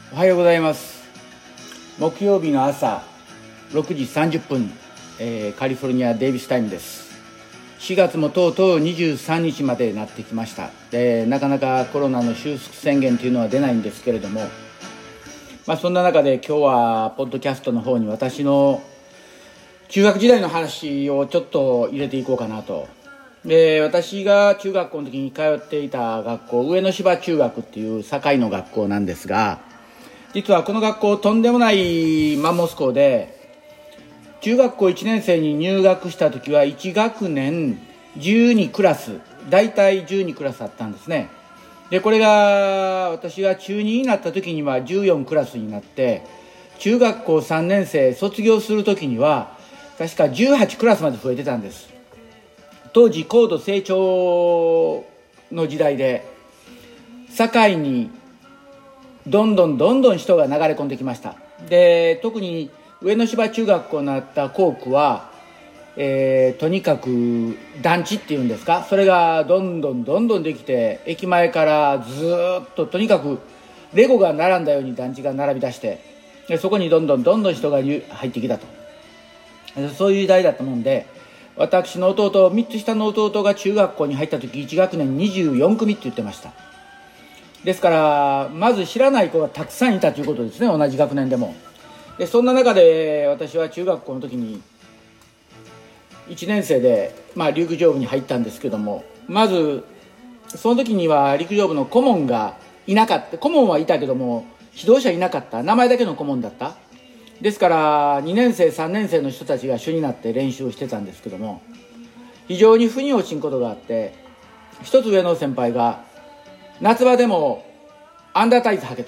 おはようございます。木曜日の朝6時30分、カリフォルニアデイビスタイムです。4月もとうとう23日までなってきました。なかなかコロナの収束宣言というのは出ないんですけれども、そんな中で今日はポッドキャストの方に私の中学時代の話をちょっと入れていこうかなと。私が中学校の時に通っていた学校、上野芝中学っていう堺の学校なんですが、実はこの学校とんでもないマンモス校で、中学校1年生に入学した時は1学年12クラス、大体12クラスあったんですね。でこれが私が中2になった時には14クラスになって、中学校3年生卒業する時には確か18クラスまで増えてたんです。当時高度成長の時代で、堺にどんどん人が流れ込んできました。で特に上野芝中学校になった校区は、とにかく団地っていうんですか、それがどんどんできて、駅前からずっととにかくレゴが並んだように団地が並び出して、でそこにどんどん人が入ってきたと。そういう時代だったもんで、私の弟、3つ下の弟が中学校に入った時1学年24組って言ってました。ですからまず知らない子がたくさんいたということですね、同じ学年でも。でそんな中で私は中学校の時に1年生で、陸上部に入ったんですけども、まずその時には陸上部の顧問がいなかった。顧問はいたけども指導者いなかった。名前だけの顧問だった。ですから2年生3年生の人たちが主になって練習をしてたんですけども、非常に腑に落ちんことがあって、一つ上の先輩が夏場でもアンダータイツ履けと、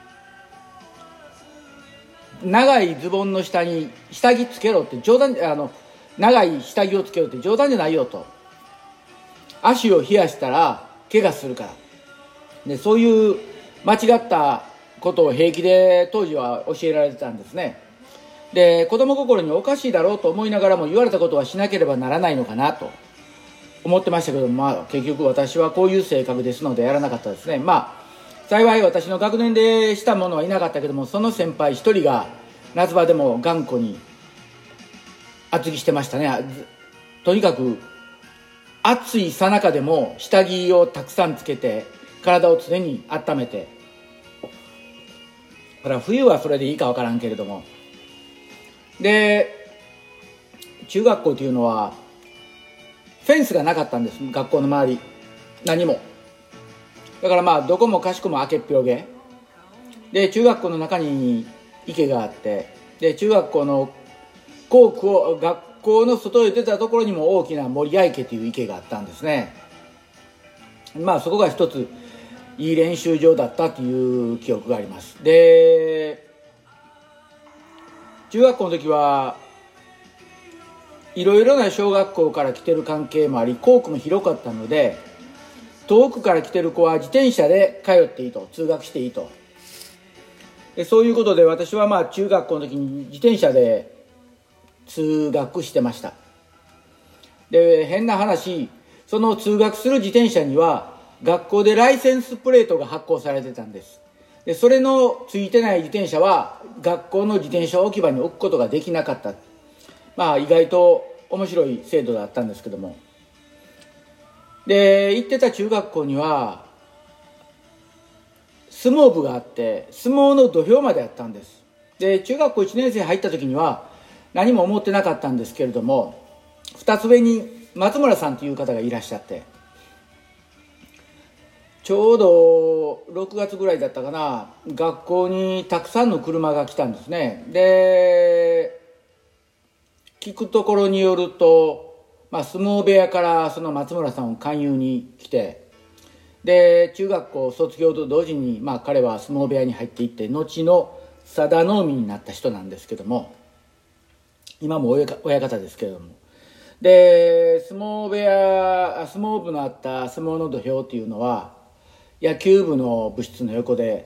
長いズボンの下に下着つけろって、冗談で長い下着をつけろって冗談じゃないよと、足を冷やしたら怪我するから。でそういう間違ったことを平気で当時は教えられてたんですね。で子供心におかしいだろうと思いながらも、言われたことはしなければならないのかなと思ってましたけども、結局私はこういう性格ですのでやらなかったですね。幸い私の学年でしたものはいなかったけども、その先輩一人が夏場でも頑固に厚着してましたね。とにかく暑いさなかでも下着をたくさんつけて体を常に温めて、だから冬はそれでいいか分からんけれども。で中学校というのはフェンスがなかったんです、学校の周り何も。だからどこもかしこも開けっぴろげで、中学校の中に池があって、で中学校の校区を学校の外へ出たところにも大きな森谷池という池があったんですね。そこが一ついい練習場だったという記憶があります。で中学校の時はいろいろな小学校から来てる関係もあり、校区も広かったので、遠くから来てる子は自転車で通っていいと、通学していいと。でそういうことで私は中学校の時に自転車で通学してました。で変な話、その通学する自転車には学校でライセンスプレートが発行されてたんです。でそれのついてない自転車は学校の自転車置き場に置くことができなかった。意外と面白い制度だったんですけども、で行ってた中学校には相撲部があって、相撲の土俵まであったんです。で中学校1年生入った時には何も思ってなかったんですけれども、2つ上に松村さんという方がいらっしゃって、ちょうど6月ぐらいだったかな、学校にたくさんの車が来たんですね。で聞くところによると、相撲部屋からその松村さんを勧誘に来て、で中学校卒業と同時に、彼は相撲部屋に入っていって、後の佐田の海になった人なんですけども、今も親方ですけれども、で相撲部のあった相撲の土俵というのは野球部の部室の横で、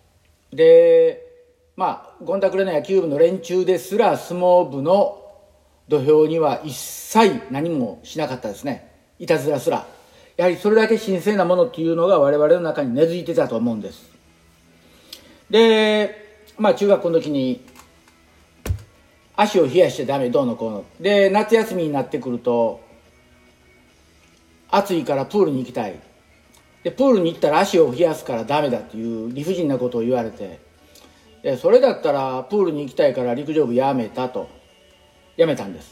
ゴンタクレの野球部の連中ですら相撲部の土俵には一切何もしなかったですね。いたずらすら。やはりそれだけ神聖なものっていうのが我々の中に根付いてたと思うんです。 で中学校の時に足を冷やしてダメどうのこうので、夏休みになってくると暑いからプールに行きたいで、プールに行ったら足を冷やすからダメだっていう理不尽なことを言われて、でそれだったらプールに行きたいから陸上部やめたんです。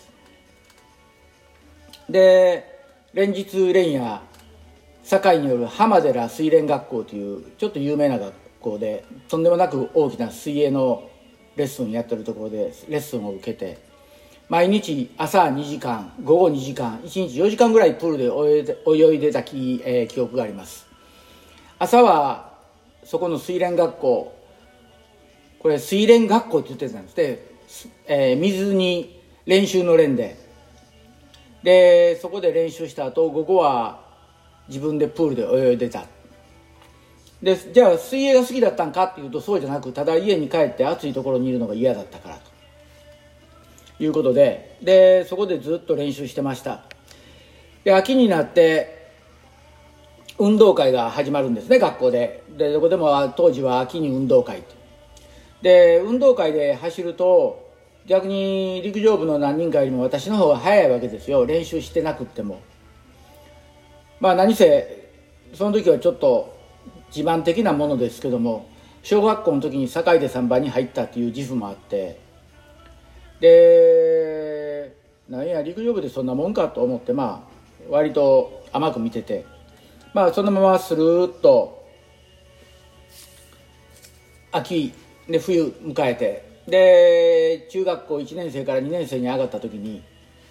で連日連夜堺による浜寺水練学校というちょっと有名な学校で、とんでもなく大きな水泳のレッスンやってるところでレッスンを受けて、毎日朝2時間午後2時間1日4時間ぐらいプールで泳いでた記憶があります。朝はそこの水練学校、これ水練学校って言ってたんですで、水に練習の練でそこで練習した後午後は自分でプールで泳いでた。でじゃあ水泳が好きだったんかっていうとそうじゃなく、ただ家に帰って暑いところにいるのが嫌だったからということでそこでずっと練習してました。で秋になって運動会が始まるんですね、学校で。どこでも当時は秋に運動会で、運動会で走ると逆に陸上部の何人かよりも私の方が早いわけですよ、練習してなくっても。何せその時はちょっと自慢的なものですけども、小学校の時に堺で3番に入ったっていう自負もあって、でなんや陸上部でそんなもんかと思って割と甘く見てて、そのままスルーッと秋で冬迎えて、で中学校1年生から2年生に上がった時に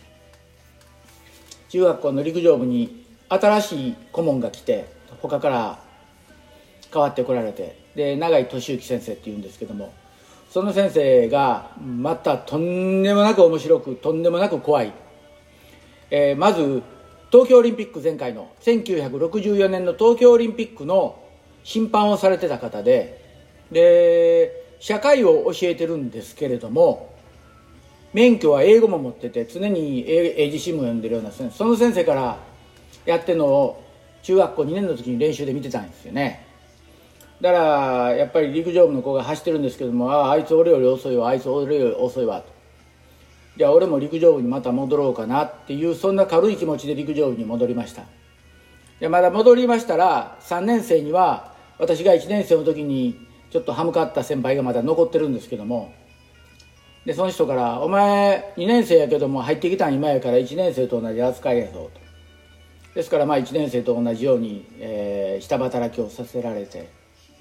中学校の陸上部に新しい顧問が来て、他から変わってこられて、で永井俊之先生っていうんですけども、その先生がまたとんでもなく面白くとんでもなく怖い、まず東京オリンピック前回の1964年の東京オリンピックの審判をされてた方で社会を教えてるんですけれども、免許は英語も持ってて常に英字新聞読んでるような先生、その先生からやってるのを中学校2年の時に練習で見てたんですよね。だからやっぱり陸上部の子が走ってるんですけども、あいつ俺より遅いわ、あいつ俺より遅いわと、じゃあ俺も陸上部にまた戻ろうかなっていう、そんな軽い気持ちで陸上部に戻りました。でまだ戻りましたら3年生には私が1年生の時にちょっと歯向かった先輩がまだ残ってるんですけども、でその人から「お前2年生やけども入ってきたん今やから1年生と同じ扱いやぞ」と。ですから1年生と同じように、下働きをさせられて、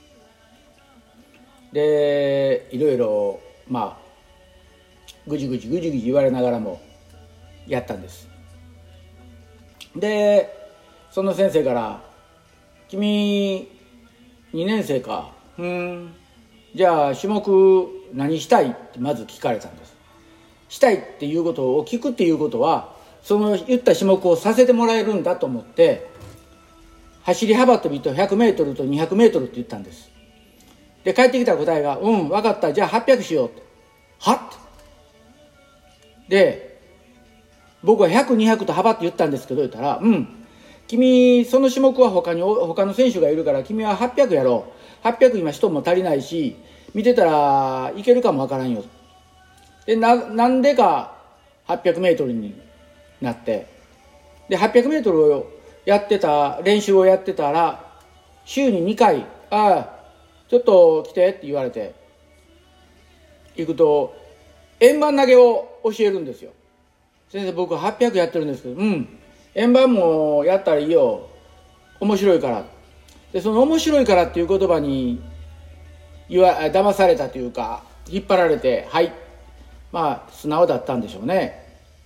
でいろいろぐじぐじ言われながらもやったんです。でその先生から「君2年生か、じゃあ種目何したい?」ってまず聞かれたんです。したいっていうことを聞くっていうことは、その言った種目をさせてもらえるんだと思って、走り幅跳びと 100m と 200m って言ったんです。で帰ってきた答えが「分かった、じゃあ800しよう」って「はっ?」で僕は100、200と幅って言ったんですけど、言ったら「君その種目は他の選手がいるから君は800やろう、800今人も足りないし見てたらいけるかもわからんよ」でなんでか 800m になって、で 800m をやってた練習をやってたら週に2回ちょっと来てって言われて行くと円盤投げを教えるんですよ。先生僕800やってるんですけど、円盤もやったらいいよ、面白いから。でその面白いからっていう言葉に騙されたというか引っ張られて、素直だったんでしょうね。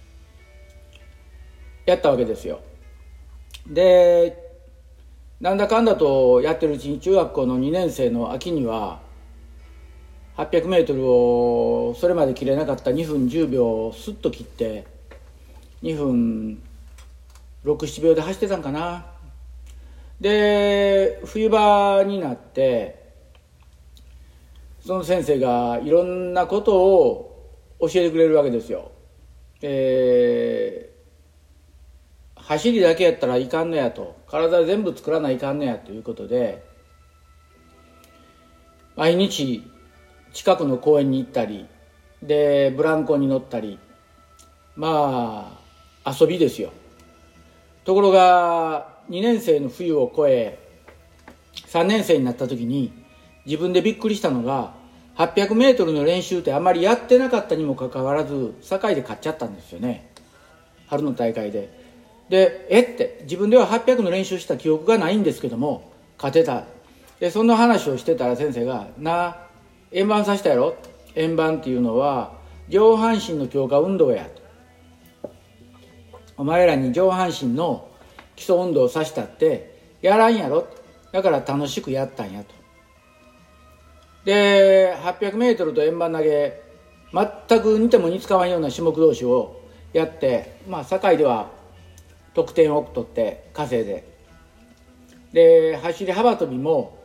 やったわけですよ。でなんだかんだとやってるうちに中学校の2年生の秋には 800m をそれまで切れなかった2分10秒をスッと切って2分6、7秒で走ってたんかな。で冬場になってその先生がいろんなことを教えてくれるわけですよ。走りだけやったらいかんのやと、体全部作らないかんのやということで、 毎日近くの公園に行ったりでブランコに乗ったり、まあ遊びですよ。ところが2年生の冬を越え3年生になった時に自分でびっくりしたのが、800メートルの練習ってあまりやってなかったにもかかわらず堺で勝っちゃったんですよね、春の大会で。でって自分では800の練習した記憶がないんですけども勝てた。でそんな話をしてたら先生が円盤させたやろ。円盤っていうのは上半身の強化運動やと。お前らに上半身の基礎運動をさせたってやらんやろ。だから楽しくやったんやと。で800メートルと円盤投げ全く似ても似つかわんような種目同士をやって、堺では得点を取って稼いで、走り幅跳びも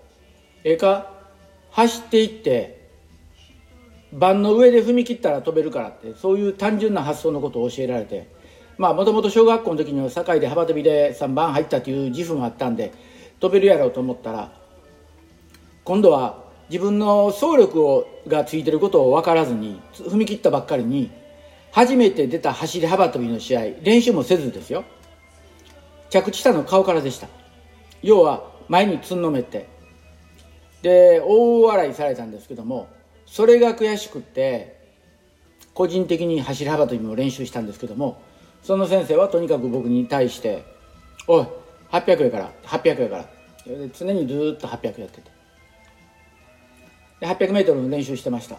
走っていって盤の上で踏み切ったら飛べるからって、そういう単純な発想のことを教えられて、もともと小学校の時には堺で幅跳びで3番入ったという自負もあったんで飛べるやろうと思ったら、今度は自分の走力がついてることを分からずに踏み切ったばっかりに、初めて出た走り幅跳びの試合練習もせずですよ、着地したの顔からでした。要は前につんのめってで大笑いされたんですけども、それが悔しくって個人的に走り幅跳びも練習したんですけども、その先生はとにかく僕に対して「おい800やから800やから」常にずっと800やってて、で800メートルの練習してました。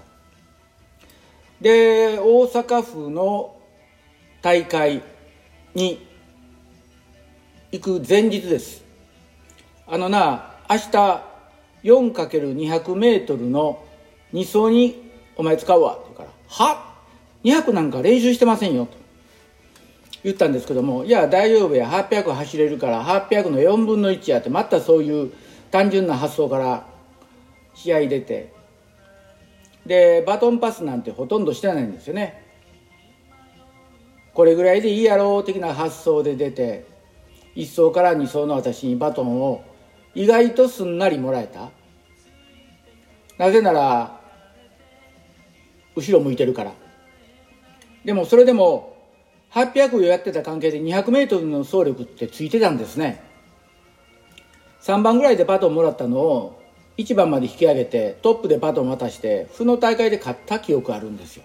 で大阪府の大会に行く前日です。明日 4×200 メートルの2走にお前使うわって言うから、は200なんか練習してませんよと言ったんですけども、いや大丈夫や800走れるから800の4分の1やって、またそういう単純な発想から試合出て、でバトンパスなんてほとんどしてないんですよね。これぐらいでいいやろう的な発想で出て、1走から2走の私にバトンを意外とすんなりもらえた。なぜなら後ろ向いてるから。でもそれでも800をやってた関係で200メートルの走力ってついてたんですね。3番ぐらいでバトンもらったのを1番まで引き上げてトップでバトン渡して府の大会で勝った記憶あるんですよ。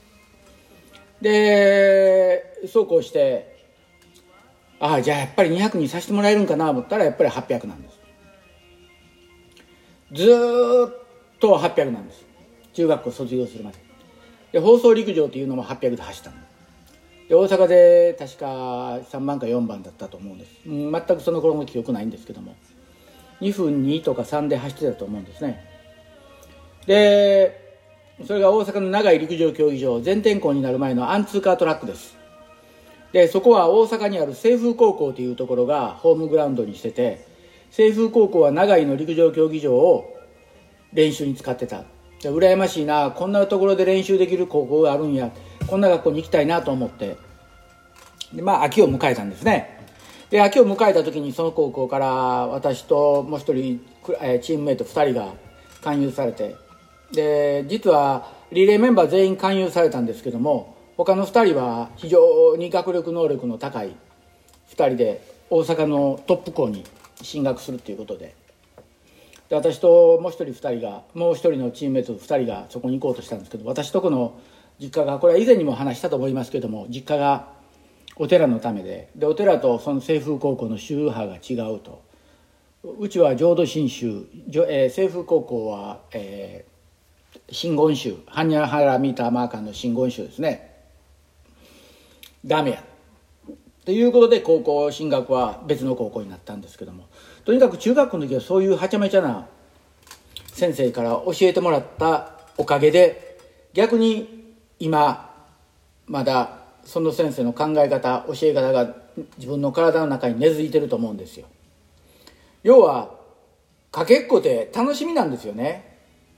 でそうこうしてじゃあやっぱり200にさせてもらえるんかなと思ったらやっぱり800なんです。ずーっと800なんです。中学校卒業するまで。で放送陸上っていうのも800で走ったので、大阪で確か3番か4番だったと思うんです。全くその頃の記憶ないんですけども、2分2とか3で走ってたと思うんですね。でそれが大阪の長井陸上競技場、全天候になる前のアンツーカートラックです。でそこは大阪にある清風高校というところがホームグラウンドにしてて、清風高校は長井の陸上競技場を練習に使ってた。で羨ましいな、こんなところで練習できる高校があるんや、こんな学校に行きたいなと思って、で秋を迎えたんですね。で秋を迎えた時にその高校から私ともう一人チームメイト2人が勧誘されて、で実はリレーメンバー全員勧誘されたんですけども、他の2人は非常に学力能力の高い2人で大阪のトップ校に進学するということで、私ともう一人のチームメイト2人がそこに行こうとしたんですけど、私とこの実家が、これは以前にも話したと思いますけども、実家がお寺のためでお寺とその清風高校の宗派が違うと。うちは浄土真宗、清風高校は、真言宗、般若波羅蜜多摩間の真言宗ですね、ダメやということで高校進学は別の高校になったんですけども、とにかく中学校の時はそういうはちゃめちゃな先生から教えてもらったおかげで、逆に今まだその先生の考え方、教え方が自分の体の中に根付いてると思うんですよ。要はかけっこって楽しみなんですよね。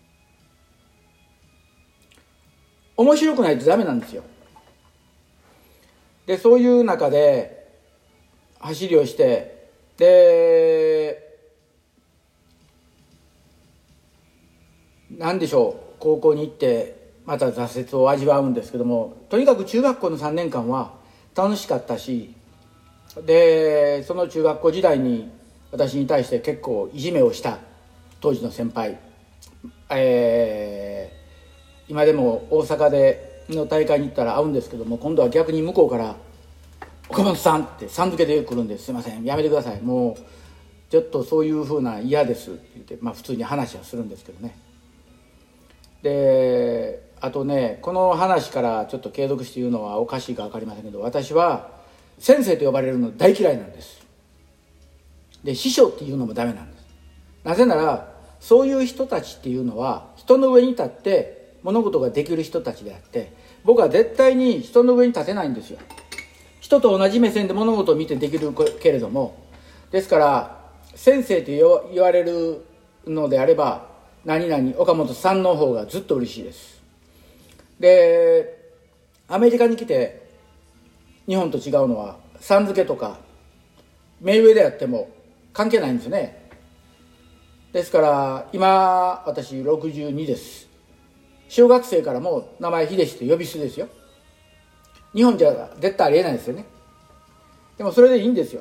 面白くないとダメなんですよ。でそういう中で走りをして、で何でしょう、高校に行ってまた挫折を味わうんですけども、とにかく中学校の3年間は楽しかったし、でその中学校時代に私に対して結構いじめをした当時の先輩、今でも大阪での大会に行ったら会うんですけども、今度は逆に向こうから「岡本さん」ってさん付けで来るんです。すいません、やめてください、もうちょっとそういうふうな嫌ですって言って、普通に話はするんですけどね。であとね、この話からちょっと継続して言うのはおかしいか分かりませんけど、私は先生と呼ばれるの大嫌いなんです。で師匠っていうのもダメなんです。なぜならそういう人たちっていうのは人の上に立って物事ができる人たちであって、僕は絶対に人の上に立てないんですよ。人と同じ目線で物事を見てできるけれども、ですから先生と言われるのであれば何々岡本さんの方がずっと嬉しいです。でアメリカに来て日本と違うのは、さん付けとか目上であっても関係ないんですよね。ですから今私62です。小学生からも名前秀氏と呼び捨てですよ。日本じゃ絶対ありえないですよね。でもそれでいいんですよ。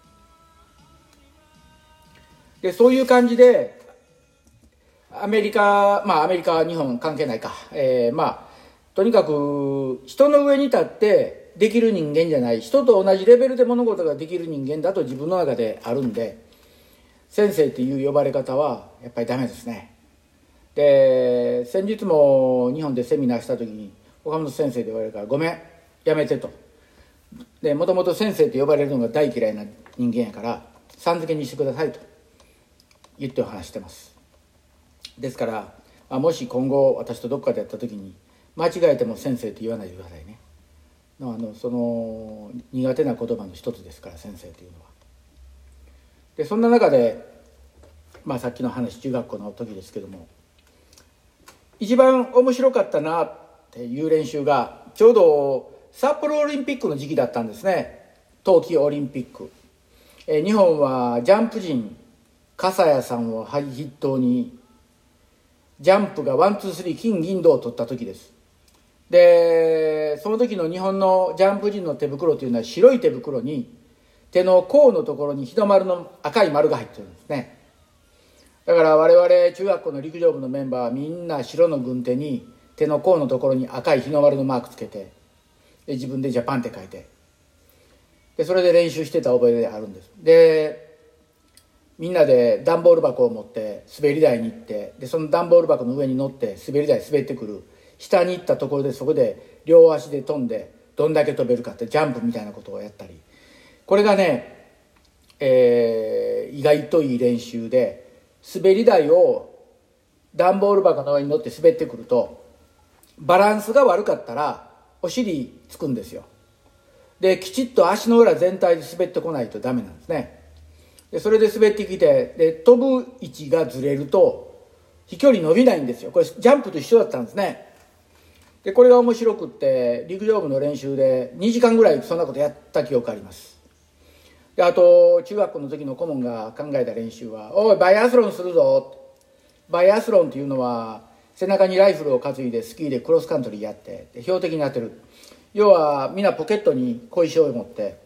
でそういう感じでアメリカは日本関係ないか、とにかく人の上に立ってできる人間じゃない、人と同じレベルで物事ができる人間だと自分の中であるんで、先生っていう呼ばれ方はやっぱりダメですね。で先日も日本でセミナーした時に岡本先生で言われるから「ごめんやめて」と。でもともと先生と呼ばれるのが大嫌いな人間やからさん付けにしてくださいと言ってお話してます。ですからもし今後私とどっかでやった時に間違えても先生って言わないでくださいね。その苦手な言葉の一つですから、先生というのは。でそんな中で、さっきの話中学校の時ですけども、一番面白かったなっていう練習がちょうど札幌オリンピックの時期だったんですね。冬季オリンピック、日本はジャンプ陣笠谷さんを筆頭にジャンプがワンツースリー金銀銅を取った時です。でその時の日本のジャンプ陣の手袋というのは白い手袋に手の甲のところに日の丸の赤い丸が入ってるんですね。だから我々中学校の陸上部のメンバーはみんな白の軍手に手の甲のところに赤い日の丸のマークつけて、で自分でジャパンって書いて、でそれで練習してた覚えがあるんです。でみんなで段ボール箱を持って滑り台に行って、でその段ボール箱の上に乗って滑り台滑ってくる、下に行ったところでそこで両足で飛んでどんだけ飛べるかってジャンプみたいなことをやったり、これがね、意外といい練習で、滑り台を段ボール箱の上に乗って滑ってくるとバランスが悪かったらお尻つくんですよ。できちっと足の裏全体で滑ってこないとダメなんですね。でそれで滑ってきて、で飛ぶ位置がずれると飛距離伸びないんですよ。これジャンプと一緒だったんですね。でこれが面白くって陸上部の練習で2時間ぐらいそんなことやった記憶あります。であと中学校の時の顧問が考えた練習は「おいバイアスロンするぞ」。バイアスロンっていうのは背中にライフルを担いでスキーでクロスカントリーやって標的に当てる。要はみんなポケットに小石を持って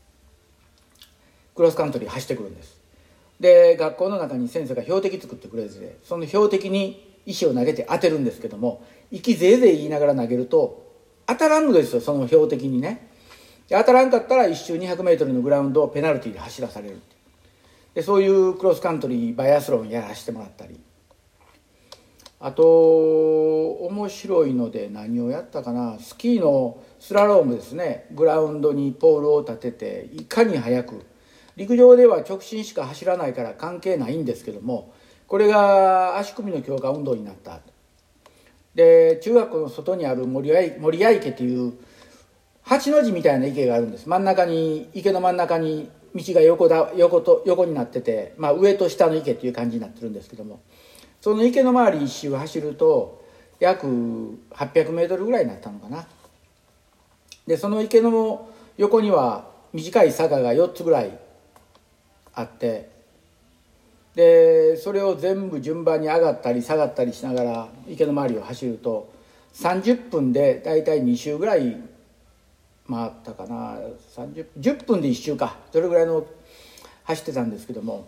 クロスカントリー走ってくるんです。で学校の中に先生が標的作ってくれて、その標的に石を投げて当てるんですけども、息ぜいぜい言いながら投げると当たらんのですよ、その標的にね。で当たらんかったら1周200メートルのグラウンドをペナルティーで走らされる。でそういうクロスカントリーバイアスロンやらせてもらったり、あと面白いので何をやったかな、スキーのスラロームですね。グラウンドにポールを立てていかに速く、陸上では直進しか走らないから関係ないんですけども、これが足首の強化運動になった。で中学校の外にある森谷池という8の字みたいな池があるんです。池の真ん中に道が横になってて、上と下の池っていう感じになってるんですけども、その池の周り一周走ると約800メートルぐらいになったのかな。でその池の横には短い坂が4つぐらいあって、 でそれを全部順番に上がったり下がったりしながら池の周りを走ると30分でだいたい2周ぐらい回ったかな。10分で1周か、それぐらいの走ってたんですけども、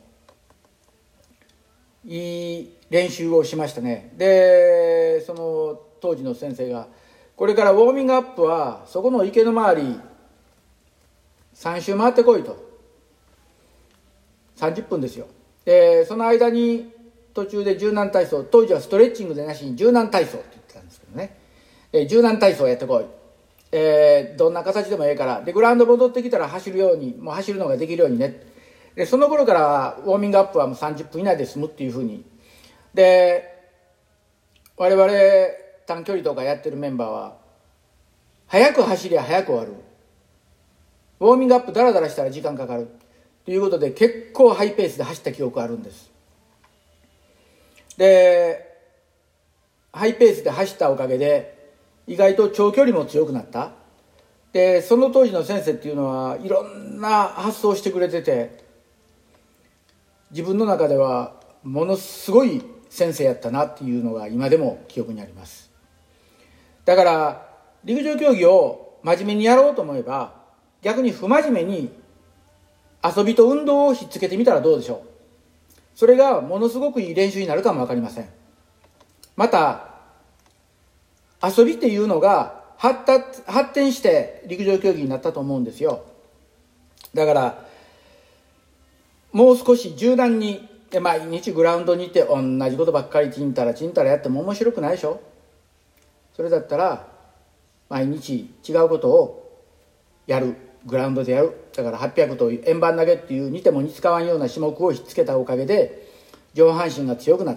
いい練習をしましたね。でその当時の先生が、これからウォーミングアップはそこの池の周り3周回ってこいと。30分ですよ。でその間に途中で柔軟体操、当時はストレッチングでなしに柔軟体操って言ってたんですけどね、柔軟体操やってこい、どんな形でもええから、でグラウンド戻ってきたら走るように、もう走るのができるようにね。でその頃からウォーミングアップはもう30分以内で済むっていうふうに。で我々短距離とかやってるメンバーは早く走りゃ早く終わる、ウォーミングアップダラダラしたら時間かかるということで結構ハイペースで走った記憶があるんです。でハイペースで走ったおかげで意外と長距離も強くなった。でその当時の先生っていうのはいろんな発想をしてくれてて、自分の中ではものすごい先生やったなっていうのが今でも記憶にあります。だから陸上競技を真面目にやろうと思えば、逆に不真面目に遊びと運動をひっつけてみたらどうでしょう。それがものすごくいい練習になるかも分かりません。また遊びっていうのが発展して陸上競技になったと思うんですよ。だからもう少し柔軟に、毎日グラウンドに行って同じことばっかりちんたらやっても面白くないでしょ。それだったら毎日違うことをやる、グラウンドでやる。だから800と円盤投げっていう似ても似つかわんような種目をひっつけたおかげで上半身が強くなった。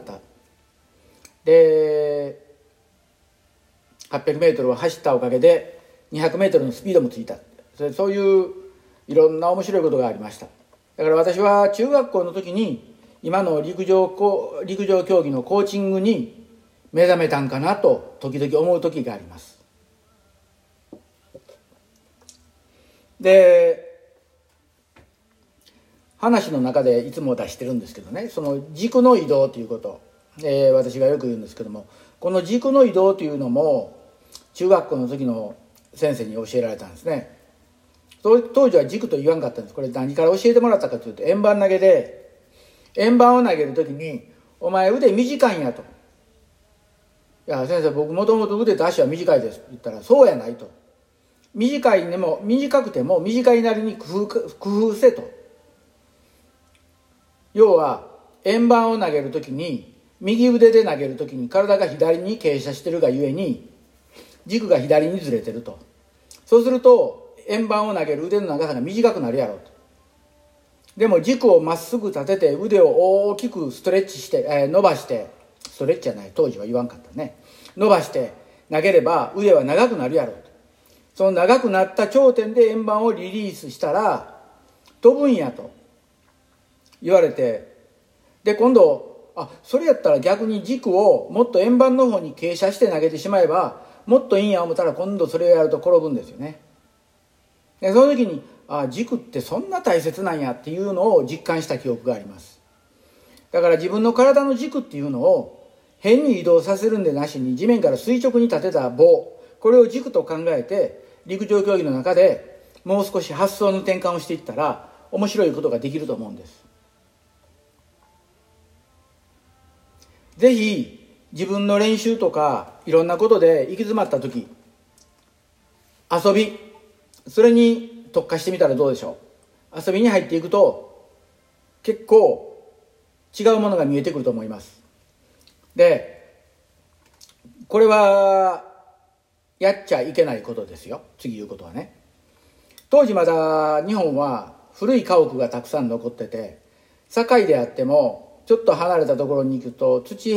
で800メートルを走ったおかげで200メートルのスピードもついた。そういういろんな面白いことがありました。だから私は中学校の時に今の陸上競技のコーチングに目覚めたんかなと時々思う時があります。で話の中でいつも出してるんですけどね、その軸の移動ということ、私がよく言うんですけども、この軸の移動というのも中学校の時の先生に教えられたんですね。当時は軸と言わんかったんです。これ何から教えてもらったかというと、円盤投げで、円盤を投げる時にお前腕短いんやと。いや先生、僕もともと腕と足は短いですって言ったら、そうやないと。短くても短いなりに工夫せと。要は円盤を投げる時に右腕で投げる時に体が左に傾斜してるがゆえに軸が左にずれてると。そうすると円盤を投げる腕の長さが短くなるやろうと。でも軸をまっすぐ立てて腕を大きくストレッチして、伸ばして、ストレッチじゃない、当時は言わんかったね、伸ばして投げれば腕は長くなるやろうと。その長くなった頂点で円盤をリリースしたら飛ぶんやと言われて、で今度それやったら逆に軸をもっと円盤の方に傾斜して投げてしまえばもっといいんや思ったら、今度それをやると転ぶんですよね。でその時に軸ってそんな大切なんやっていうのを実感した記憶があります。だから自分の体の軸っていうのを変に移動させるんでなしに、地面から垂直に立てた棒、これを軸と考えて陸上競技の中でもう少し発想の転換をしていったら面白いことができると思うんです。ぜひ自分の練習とかいろんなことで行き詰まった時、遊び、それに特化してみたらどうでしょう。遊びに入っていくと結構違うものが見えてくると思います。でこれはやっちゃいけないことですよ。次言うことはね、当時まだ日本は古い家屋がたくさん残ってて、堺であってもちょっと離れたところに行くと土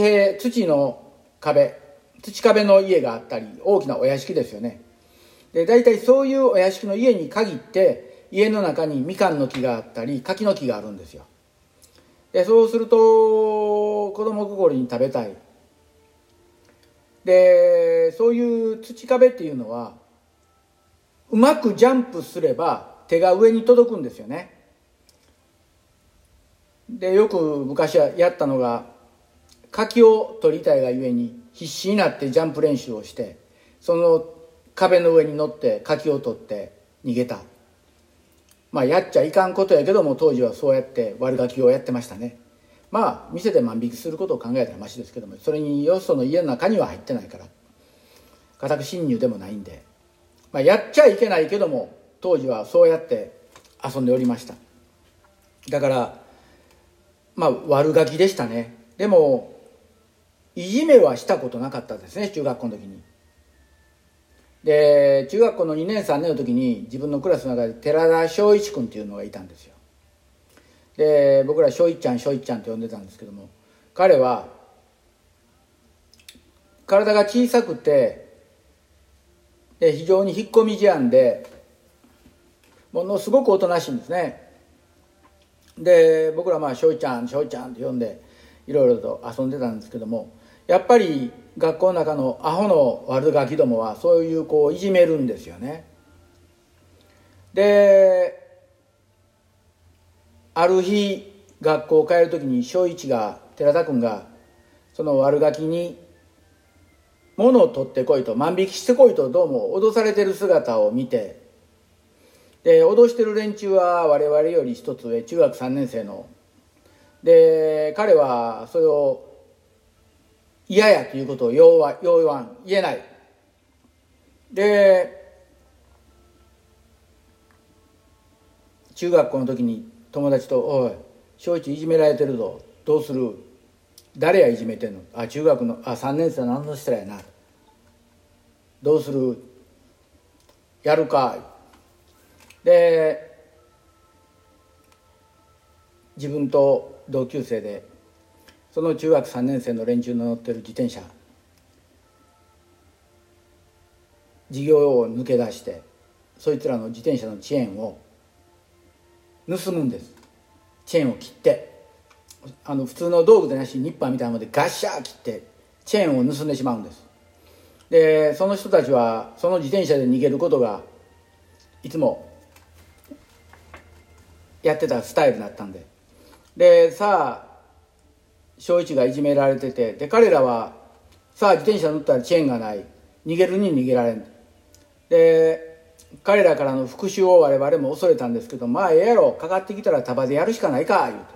壁の家があったり、大きなお屋敷ですよね。で大体そういうお屋敷の家に限って家の中にみかんの木があったり柿の木があるんですよ。でそうすると子供心に食べたい。でそういう土壁っていうのはうまくジャンプすれば手が上に届くんですよね。 でよく昔はやったのが、柿を取りたいがゆえに必死になってジャンプ練習をして、その壁の上に乗って柿を取って逃げた。やっちゃいかんことやけども、当時はそうやって悪ガキをやってましたね。店で万引きすることを考えたらマシですけども、それによその家の中には入ってないから、家宅侵入でもないんで、やっちゃいけないけども当時はそうやって遊んでおりました。だから悪ガキでしたね。でもいじめはしたことなかったですね、中学校の時に。で中学校の2年3年の時に自分のクラスの中で寺田翔一君っていうのがいたんですよ。で僕ら翔一ちゃん翔一ちゃんって呼んでたんですけども、彼は体が小さくて非常に引っ込み思案で、ものすごくおとなしいんですね。で僕ら翔一ちゃん翔一ちゃんって呼んでいろいろと遊んでたんですけども、やっぱり学校の中のアホの悪ガキどもはそういう子をいじめるんですよね。である日学校を帰る時に翔一が寺田君がその悪ガキに物を取ってこいと、万引きしてこいとどうも脅されてる姿を見て、で脅してる連中は我々より一つ上、中学3年生の。で彼はそれを嫌やということを言えない。で中学校の時に友達と「おい翔一いじめられてるぞ、どうする？誰やいじめてんの？中学の3年生のあの人らやな、どうする？やるか」で自分と同級生でその中学3年生の連中の乗ってる自転車、授業を抜け出してそいつらの自転車のチェーンを盗むんです。チェーンを切って、普通の道具でなしニッパーみたいなのでガッシャー切ってチェーンを盗んでしまうんです。でその人たちはその自転車で逃げることがいつもやってたスタイルだったんで、さあ翔一がいじめられてて、で彼らはさあ自転車乗ったらチェーンがない、逃げるに逃げられん。で彼らからの復讐を我々も恐れたんですけど、ええやろ、かかってきたら束でやるしかないか言うて、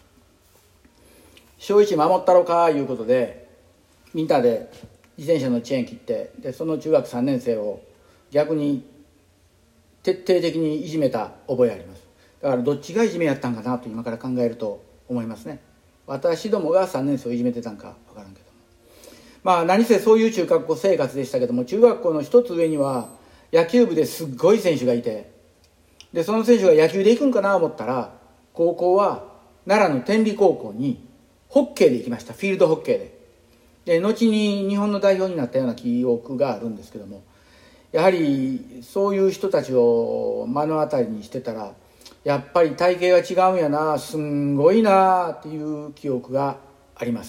翔一守ったろかいうことでみんなで自転車のチェーン切って、でその中学3年生を逆に徹底的にいじめた覚えあります。だからどっちがいじめやったんかなと今から考えると思いますね。私どもが3年生をいじめてたんか分からんけども、何せそういう中学校生活でしたけども、中学校の一つ上には野球部ですっごい選手がいて、でその選手が野球で行くんかなと思ったら、高校は奈良の天理高校にホッケーで行きました。フィールドホッケーで後に日本の代表になったような記憶があるんですけども、やはりそういう人たちを目の当たりにしてたら、やっぱり体型が違うんやな、すんごいなっていう記憶があります。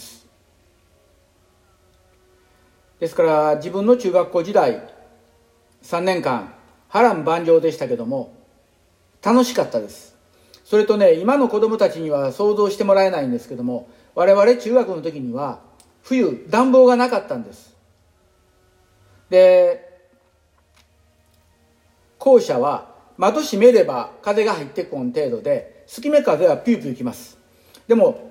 ですから自分の中学校時代3年間波乱万丈でしたけども楽しかったです。それとね、今の子どもたちには想像してもらえないんですけども、我々中学の時には冬暖房がなかったんです。で校舎は窓閉めれば風が入ってこん程度で、隙間風はピューピューきます。でも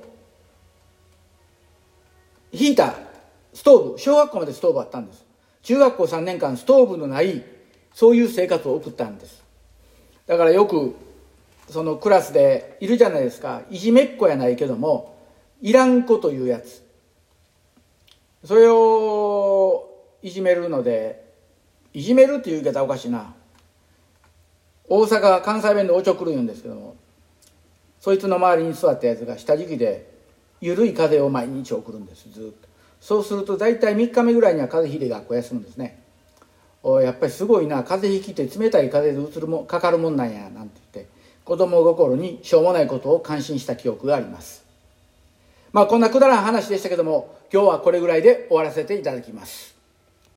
ヒーター、ストーブ、小学校までストーブあったんです。中学校3年間ストーブのないそういう生活を送ったんです。だからよくそのクラスでいるじゃないですか、いじめっ子やないけどもいらん子というやつ、それをいじめるので、いじめるっていう言い方おかしいな、大阪関西弁でおちょくる言うんですけども、そいつの周りに座ったやつが下敷きで緩い風を毎日送るんです、ずっと。そうすると大体3日目ぐらいには風邪ひいて学校休むんですね。やっぱりすごいな、風邪ひきって冷たい風でかかるもんなんやなんて言って子供心にしょうもないことを感心した記憶があります。こんなくだらん話でしたけども、今日はこれぐらいで終わらせていただきます。